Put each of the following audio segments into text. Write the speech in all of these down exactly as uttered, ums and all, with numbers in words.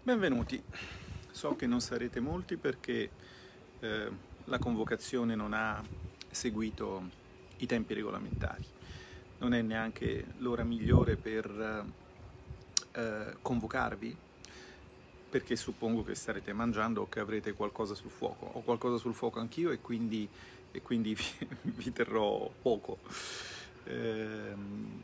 Benvenuti. So che non sarete molti perché eh, la convocazione non ha seguito i tempi regolamentari. Non è neanche l'ora migliore per eh, convocarvi, perché suppongo che starete mangiando o che avrete qualcosa sul fuoco. Ho qualcosa sul fuoco anch'io e quindi, e quindi vi, vi terrò poco. Ehm,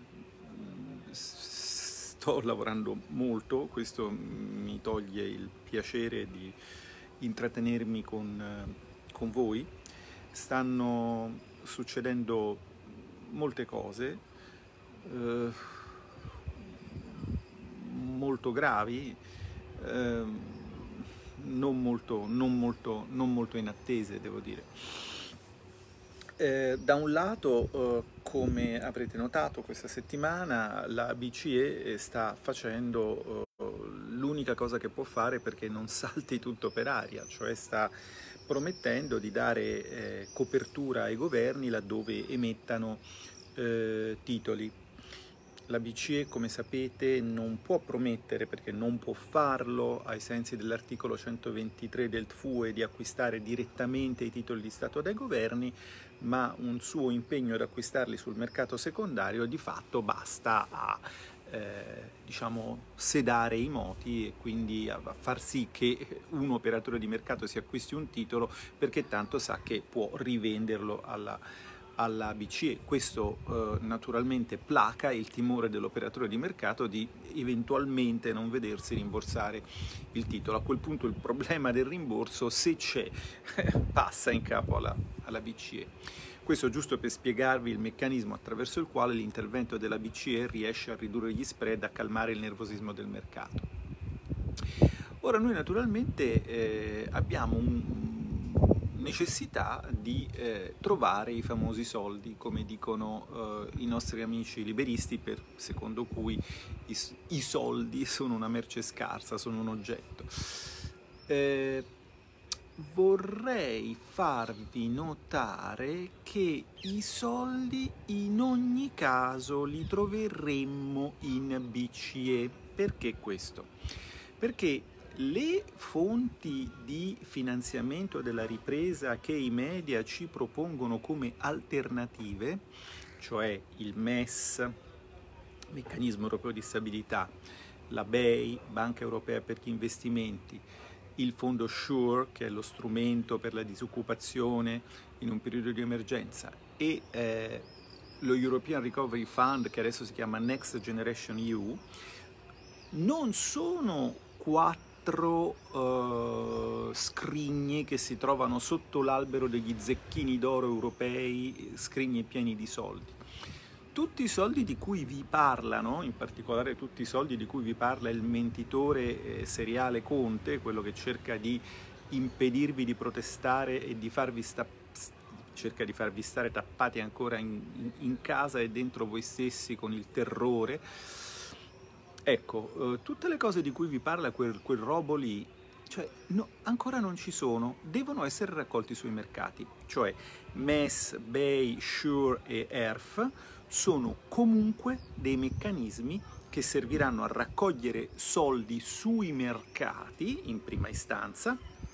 Sto lavorando molto, questo mi toglie il piacere di intrattenermi con, con voi. Stanno succedendo molte cose, eh, molto gravi, eh, non molto, non molto, non molto inattese, devo dire. Eh, da un lato, eh, come avrete notato questa settimana, la B C E sta facendo eh, l'unica cosa che può fare perché non salti tutto per aria, cioè sta promettendo di dare eh, copertura ai governi laddove emettano eh, titoli. La B C E, come sapete, non può promettere, perché non può farlo ai sensi dell'articolo centoventitré del T F U E, di acquistare direttamente i titoli di Stato dai governi, ma un suo impegno ad acquistarli sul mercato secondario di fatto basta a eh, diciamo, sedare i moti e quindi a far sì che un operatore di mercato si acquisti un titolo perché tanto sa che può rivenderlo alla alla B C E. Questo eh, naturalmente placa il timore dell'operatore di mercato di eventualmente non vedersi rimborsare il titolo. A quel punto il problema del rimborso, se c'è, passa in capo alla, alla B C E. Questo giusto per spiegarvi il meccanismo attraverso il quale l'intervento della B C E riesce a ridurre gli spread, a calmare il nervosismo del mercato. Ora noi naturalmente eh, abbiamo un necessità di eh, trovare i famosi soldi, come dicono eh, i nostri amici liberisti, per, secondo cui i, i soldi sono una merce scarsa, sono un oggetto. Eh, vorrei farvi notare che i soldi in ogni caso li troveremmo in B C E. Perché questo? Perché le fonti di finanziamento della ripresa che i media ci propongono come alternative, cioè il M E S, Meccanismo Europeo di Stabilità, la B E I, Banca Europea per gli Investimenti, il fondo SURE, che è lo strumento per la disoccupazione in un periodo di emergenza, e eh, lo European Recovery Fund, che adesso si chiama Next Generation E U, non sono quattro Uh, scrigne che si trovano sotto l'albero degli zecchini d'oro europei, scrigne pieni di soldi. Tutti i soldi di cui vi parlano, in particolare tutti i soldi di cui vi parla il mentitore eh, seriale Conte, quello che cerca di impedirvi di protestare e di farvi sta cerca di farvi stare tappati ancora in, in, in casa e dentro voi stessi con il terrore. Ecco, eh, tutte le cose di cui vi parla quel, quel robo lì, cioè, no, ancora non ci sono, devono essere raccolti sui mercati. Cioè M E S, B E I, SURE e E R F sono comunque dei meccanismi che serviranno a raccogliere soldi sui mercati, in prima istanza,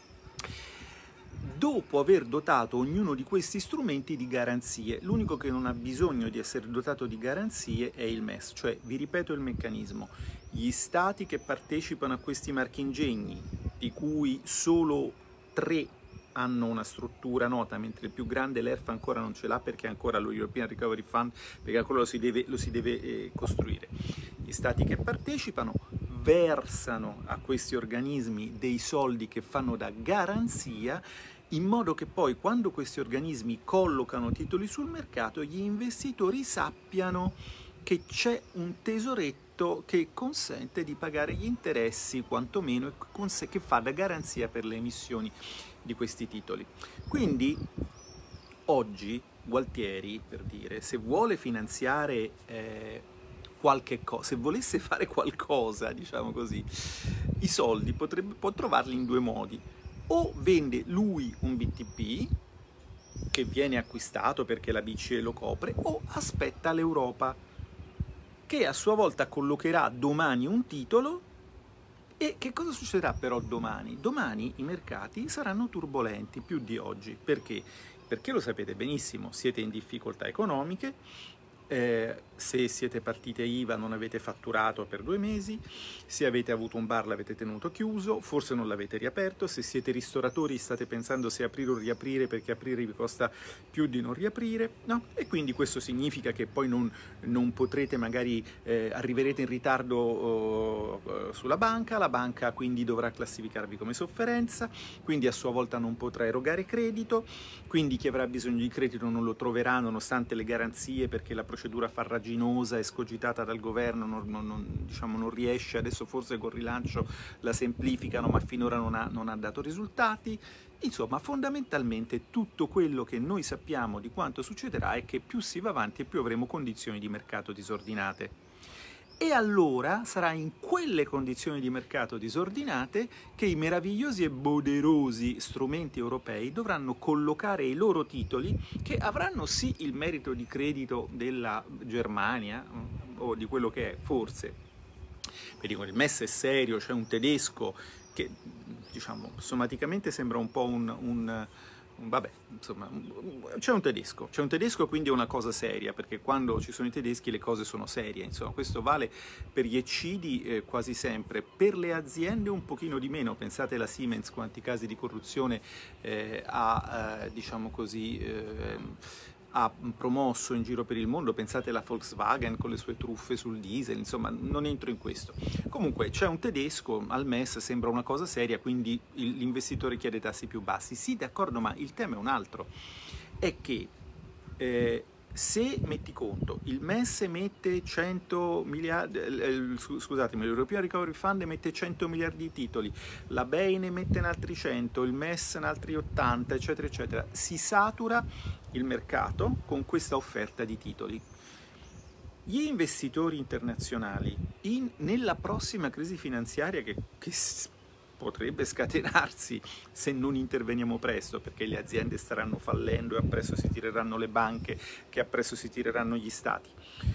dopo aver dotato ognuno di questi strumenti di garanzie. L'unico che non ha bisogno di essere dotato di garanzie è il M E S, cioè, vi ripeto il meccanismo: gli stati che partecipano a questi marchingegni, di cui solo tre hanno una struttura nota, mentre il più grande, l'E R F, ancora non ce l'ha perché ancora lo European Recovery Fund, perché ancora lo si deve, lo si deve eh, costruire. Gli stati che partecipano versano a questi organismi dei soldi che fanno da garanzia, in modo che poi, quando questi organismi collocano titoli sul mercato, gli investitori sappiano che c'è un tesoretto che consente di pagare gli interessi, quantomeno, e che fa da garanzia per le emissioni di questi titoli. Quindi oggi Gualtieri, per dire, se vuole finanziare eh, qualche cosa, se volesse fare qualcosa, diciamo così, i soldi potrebbe, può trovarli in due modi: o vende lui un B T P che viene acquistato perché la B C E lo copre, o aspetta l'Europa, che a sua volta collocherà domani un titolo E che cosa succederà però domani? Domani i mercati saranno turbolenti più di oggi. Perché? Perché lo sapete benissimo, siete in difficoltà economiche, eh, se siete partite I V A non avete fatturato per due mesi, se avete avuto un bar l'avete tenuto chiuso, forse non l'avete riaperto, se siete ristoratori state pensando se aprire o riaprire perché aprire vi costa più di non riaprire, no? E quindi questo significa che poi non, non potrete, magari eh, arriverete in ritardo oh, sulla banca, la banca quindi dovrà classificarvi come sofferenza, quindi a sua volta non potrà erogare credito, quindi chi avrà bisogno di credito non lo troverà nonostante le garanzie, perché la procedura farraginosa, escogitata dal governo, non, non, diciamo, non riesce. Adesso forse col rilancio la semplificano, ma finora non ha, non ha dato risultati. Insomma, fondamentalmente tutto quello che noi sappiamo di quanto succederà è che più si va avanti e più avremo condizioni di mercato disordinate. E allora sarà in quelle condizioni di mercato disordinate che i meravigliosi e poderosi strumenti europei dovranno collocare i loro titoli, che avranno sì il merito di credito della Germania, o di quello che è, forse. Vi dico, il M E S è serio, c'è un tedesco che, diciamo, somaticamente sembra un po' un... un vabbè, insomma, c'è un tedesco, c'è un tedesco, quindi è una cosa seria, perché quando ci sono i tedeschi le cose sono serie, insomma, questo vale per gli eccidi eh, quasi sempre, per le aziende un pochino di meno. Pensate alla Siemens, quanti casi di corruzione eh, ha, eh, diciamo così, eh, ha promosso in giro per il mondo, pensate alla Volkswagen con le sue truffe sul diesel, insomma, non entro in questo. Comunque c'è un tedesco, al M E S sembra una cosa seria, quindi l'investitore chiede tassi più bassi. Sì, d'accordo, ma il tema è un altro, è che eh, se metti conto, il M E S mette cento miliardi, eh, scusatemi, l'European Recovery Fund mette cento miliardi di titoli, la B E I ne mette in altri cento, il M E S in altri ottanta, eccetera, eccetera. Si satura il mercato con questa offerta di titoli. Gli investitori internazionali, in, nella prossima crisi finanziaria che, che potrebbe scatenarsi se non interveniamo presto, perché le aziende staranno fallendo e appresso si tireranno le banche, che appresso si tireranno gli stati,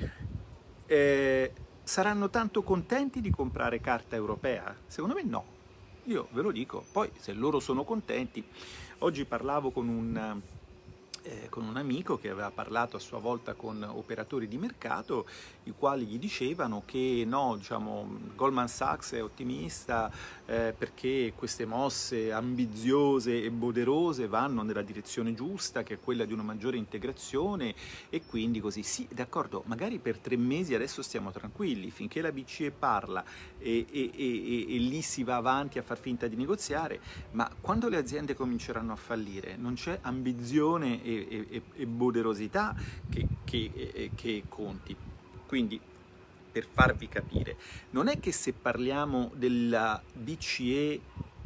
eh, saranno tanto contenti di comprare carta europea? Secondo me no, io ve lo dico. Poi se loro sono contenti, oggi parlavo con un... Eh, con un amico che aveva parlato a sua volta con operatori di mercato, i quali gli dicevano che no, diciamo, Goldman Sachs è ottimista eh, perché queste mosse ambiziose e poderose vanno nella direzione giusta, che è quella di una maggiore integrazione, e quindi così. Sì, d'accordo, magari per tre mesi adesso stiamo tranquilli, finché la B C E parla e, e, e, e lì si va avanti a far finta di negoziare, ma quando le aziende cominceranno a fallire non c'è ambizione e, e, e poderosità che, che, che conti. Quindi, per farvi capire, non è che se parliamo della B C E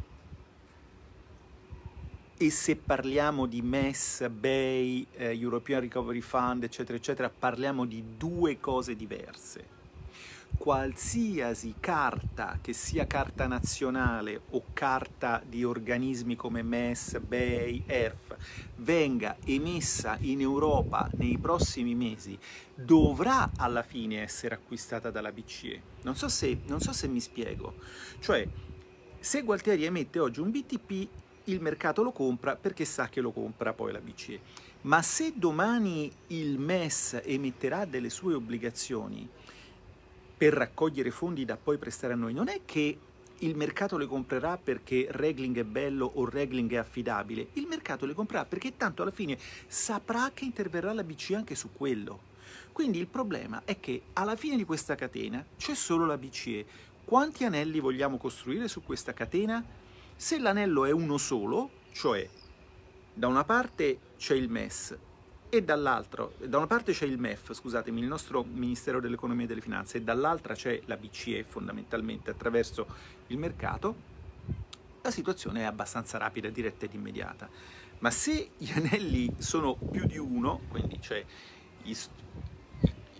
e se parliamo di M E S, B E I, eh, European Recovery Fund, eccetera, eccetera, parliamo di due cose diverse. Qualsiasi carta, che sia carta nazionale o carta di organismi come M E S, B E I, E R F, venga emessa in Europa nei prossimi mesi, dovrà alla fine essere acquistata dalla B C E. Non so se, non so se mi spiego. Cioè, se Gualtieri emette oggi un B T P, il mercato lo compra perché sa che lo compra poi la B C E. Ma se domani il M E S emetterà delle sue obbligazioni per raccogliere fondi da poi prestare a noi, non è che il mercato le comprerà perché Regling è bello o Regling è affidabile, il mercato le comprerà perché tanto alla fine saprà che interverrà la B C E anche su quello. Quindi il problema è che alla fine di questa catena c'è solo la B C E. Quanti anelli vogliamo costruire su questa catena? Se l'anello è uno solo, cioè da una parte c'è il M E S, e dall'altro, da una parte c'è il M E F, scusatemi, il nostro Ministero dell'Economia e delle Finanze, e dall'altra c'è la B C E fondamentalmente attraverso il mercato, la situazione è abbastanza rapida, diretta ed immediata. Ma se gli anelli sono più di uno, quindi c'è il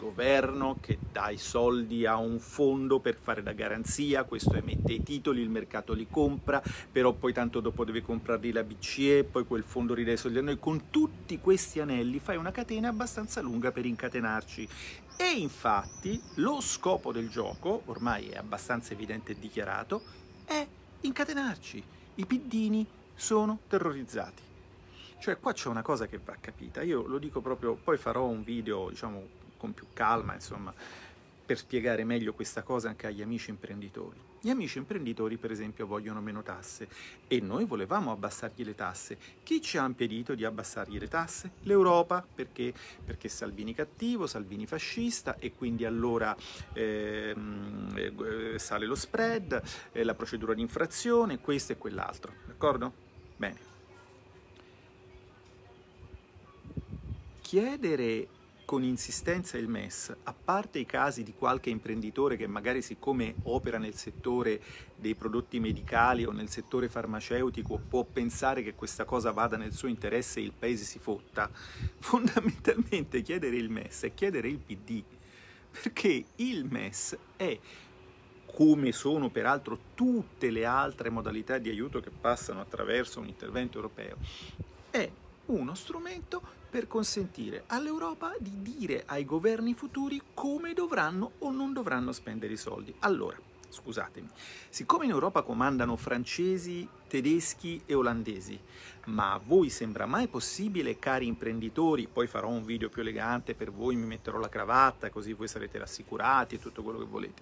governo che dà i soldi a un fondo per fare da garanzia, questo emette i titoli, il mercato li compra, però poi tanto dopo deve comprarli la B C E, poi quel fondo ridà i soldi a noi. Con tutti questi anelli fai una catena abbastanza lunga per incatenarci. E infatti lo scopo del gioco, ormai è abbastanza evidente e dichiarato, è incatenarci. I piddini sono terrorizzati. Cioè qua c'è una cosa che va capita, io lo dico proprio, poi farò un video, diciamo, con più calma, insomma, per spiegare meglio questa cosa anche agli amici imprenditori. Gli amici imprenditori, per esempio, vogliono meno tasse e noi volevamo abbassargli le tasse. Chi ci ha impedito di abbassargli le tasse? L'Europa, perché? Perché Salvini cattivo, Salvini fascista e quindi allora ehm, eh, sale lo spread, eh, la procedura di infrazione, questo e quell'altro, d'accordo? Bene. Chiedere con insistenza il M E S, a parte i casi di qualche imprenditore che magari siccome opera nel settore dei prodotti medicali o nel settore farmaceutico può pensare che questa cosa vada nel suo interesse e il paese si fotta, fondamentalmente chiedere il M E S è chiedere il P D, perché il M E S è, come sono peraltro tutte le altre modalità di aiuto che passano attraverso un intervento europeo, è uno strumento per consentire all'Europa di dire ai governi futuri come dovranno o non dovranno spendere i soldi. Allora, scusatemi, siccome in Europa comandano francesi, tedeschi e olandesi, ma a voi sembra mai possibile, cari imprenditori, poi farò un video più elegante per voi, mi metterò la cravatta, così voi sarete rassicurati e tutto quello che volete,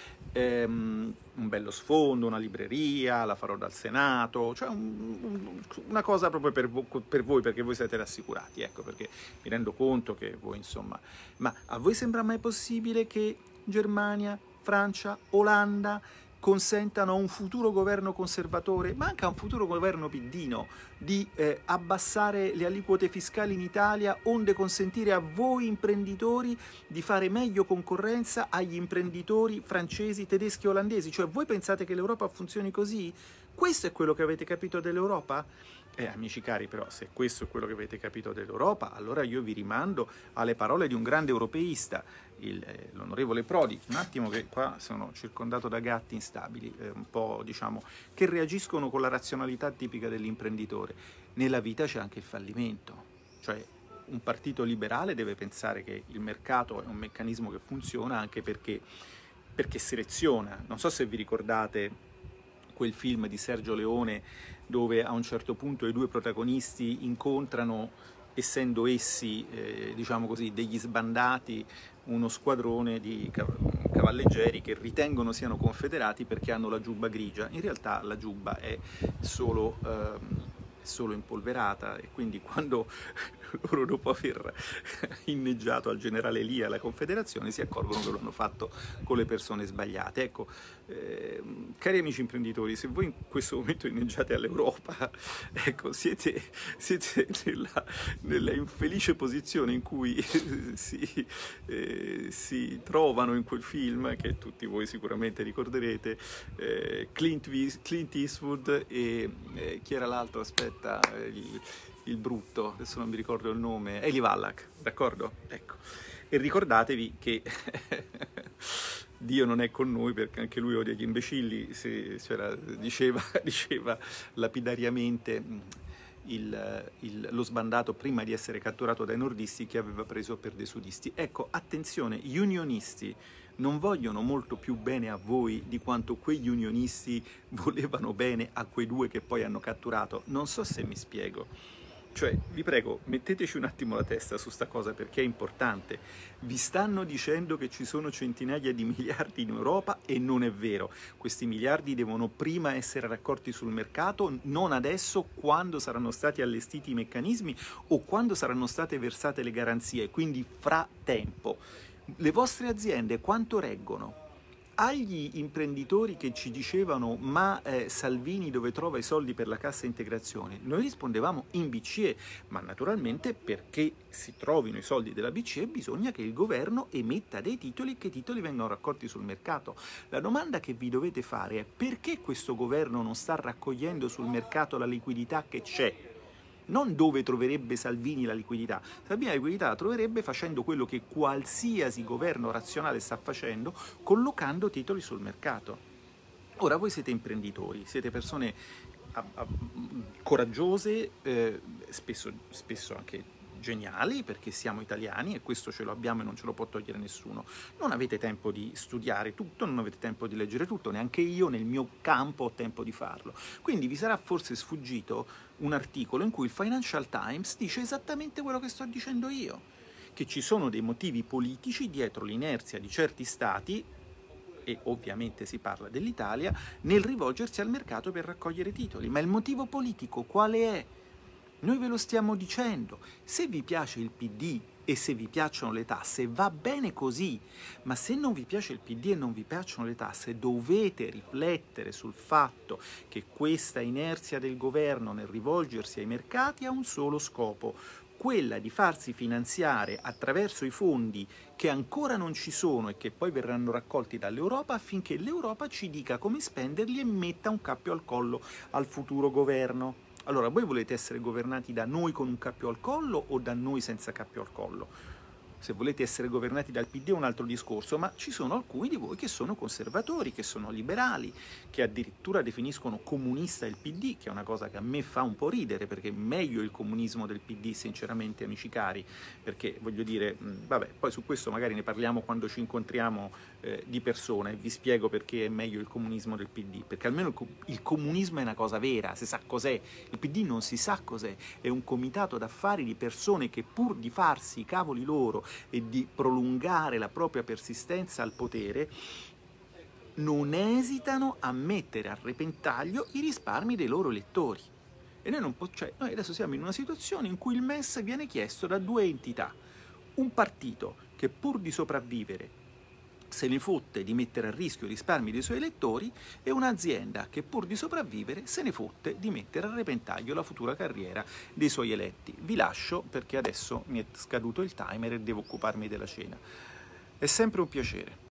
ehm, un bello sfondo, una libreria, la farò dal Senato, cioè un, un, una cosa proprio per, vo per voi, perché voi siete rassicurati, ecco, perché mi rendo conto che voi, insomma, ma a voi sembra mai possibile che Germania, Francia, Olanda consentano a un futuro governo conservatore, ma anche a un futuro governo piddino, di eh, abbassare le aliquote fiscali in Italia, onde consentire a voi imprenditori di fare meglio concorrenza agli imprenditori francesi, tedeschi e olandesi? Cioè voi pensate che l'Europa funzioni così? Questo è quello che avete capito dell'Europa? Eh, amici cari, però, se questo è quello che avete capito dell'Europa, allora io vi rimando alle parole di un grande europeista, eh, l'onorevole Prodi. Un attimo che qua sono circondato da gatti instabili, eh, un po', diciamo, che reagiscono con la razionalità tipica dell'imprenditore. Nella vita c'è anche il fallimento, cioè un partito liberale deve pensare che il mercato è un meccanismo che funziona anche perché, perché seleziona. Non so se vi ricordate quel film di Sergio Leone dove a un certo punto i due protagonisti incontrano, essendo essi, eh, diciamo così, degli sbandati, uno squadrone di cavalleggeri che ritengono siano confederati perché hanno la giubba grigia. In realtà la giubba è solo, ehm, solo impolverata e quindi quando loro, dopo aver inneggiato al generale Lia la confederazione, si accorgono che lo hanno fatto con le persone sbagliate. Ecco, eh, cari amici imprenditori, se voi in questo momento inneggiate all'Europa, ecco, siete, siete nella, nella infelice posizione in cui si, eh, si trovano in quel film che tutti voi sicuramente ricorderete, eh, Clint, Clint Eastwood e eh, chi era l'altro? Aspetta, il, il brutto, adesso non mi ricordo il nome, Eli Wallach, d'accordo? Ecco, e ricordatevi che Dio non è con noi perché anche lui odia gli imbecilli, se, cioè, diceva, diceva lapidariamente il, il, lo sbandato prima di essere catturato dai nordisti che aveva preso per dei sudisti. Ecco, attenzione, gli unionisti non vogliono molto più bene a voi di quanto quegli unionisti volevano bene a quei due che poi hanno catturato. Non so se mi spiego. Cioè, vi prego, metteteci un attimo la testa su sta cosa perché è importante. Vi stanno dicendo che ci sono centinaia di miliardi in Europa e non è vero. Questi miliardi devono prima essere raccolti sul mercato, non adesso, quando saranno stati allestiti i meccanismi o quando saranno state versate le garanzie, quindi fra tempo. Le vostre aziende quanto reggono? Agli imprenditori che ci dicevano ma eh, Salvini dove trova i soldi per la cassa integrazione? Noi rispondevamo in B C E, ma naturalmente perché si trovino i soldi della B C E bisogna che il governo emetta dei titoli e che i titoli vengano raccolti sul mercato. La domanda che vi dovete fare è perché questo governo non sta raccogliendo sul mercato la liquidità che c'è? non dove troverebbe Salvini la liquidità. Salvini la liquidità la troverebbe facendo quello che qualsiasi governo razionale sta facendo, collocando titoli sul mercato. Ora voi siete imprenditori, siete persone a, a, coraggiose, eh, spesso, spesso anche geniali, perché siamo italiani e questo ce lo abbiamo e non ce lo può togliere nessuno. Non avete tempo di studiare tutto, non avete tempo di leggere tutto, neanche io nel mio campo ho tempo di farlo. Quindi vi sarà forse sfuggito un articolo in cui il Financial Times dice esattamente quello che sto dicendo io, che ci sono dei motivi politici dietro l'inerzia di certi stati, e ovviamente si parla dell'Italia, nel rivolgersi al mercato per raccogliere titoli. Ma il motivo politico quale è? Noi ve lo stiamo dicendo. Se vi piace il P D e se vi piacciono le tasse, va bene così, ma se non vi piace il P D e non vi piacciono le tasse, dovete riflettere sul fatto che questa inerzia del governo nel rivolgersi ai mercati ha un solo scopo, quella di farsi finanziare attraverso i fondi che ancora non ci sono e che poi verranno raccolti dall'Europa, affinché l'Europa ci dica come spenderli e metta un cappio al collo al futuro governo. Allora, voi volete essere governati da noi con un cappio al collo o da noi senza cappio al collo? Se volete essere governati dal P D è un altro discorso, ma ci sono alcuni di voi che sono conservatori, che sono liberali, che addirittura definiscono comunista il P D, che è una cosa che a me fa un po' ridere, perché è meglio il comunismo del P D, sinceramente, amici cari, perché voglio dire, mh, vabbè, poi su questo magari ne parliamo quando ci incontriamo eh, di persona e vi spiego perché è meglio il comunismo del P D, perché almeno il, co il comunismo è una cosa vera, si sa cos'è, il P D non si sa cos'è, è un comitato d'affari di persone che pur di farsi i cavoli loro e di prolungare la propria persistenza al potere, non esitano a mettere a repentaglio i risparmi dei loro elettori. E noi, non cioè, noi adesso siamo in una situazione in cui il M E S viene chiesto da due entità. Un partito che pur di sopravvivere se ne fotte di mettere a rischio i risparmi dei suoi elettori e un'azienda che pur di sopravvivere se ne fotte di mettere a repentaglio la futura carriera dei suoi eletti. Vi lascio perché adesso mi è scaduto il timer e devo occuparmi della cena. È sempre un piacere.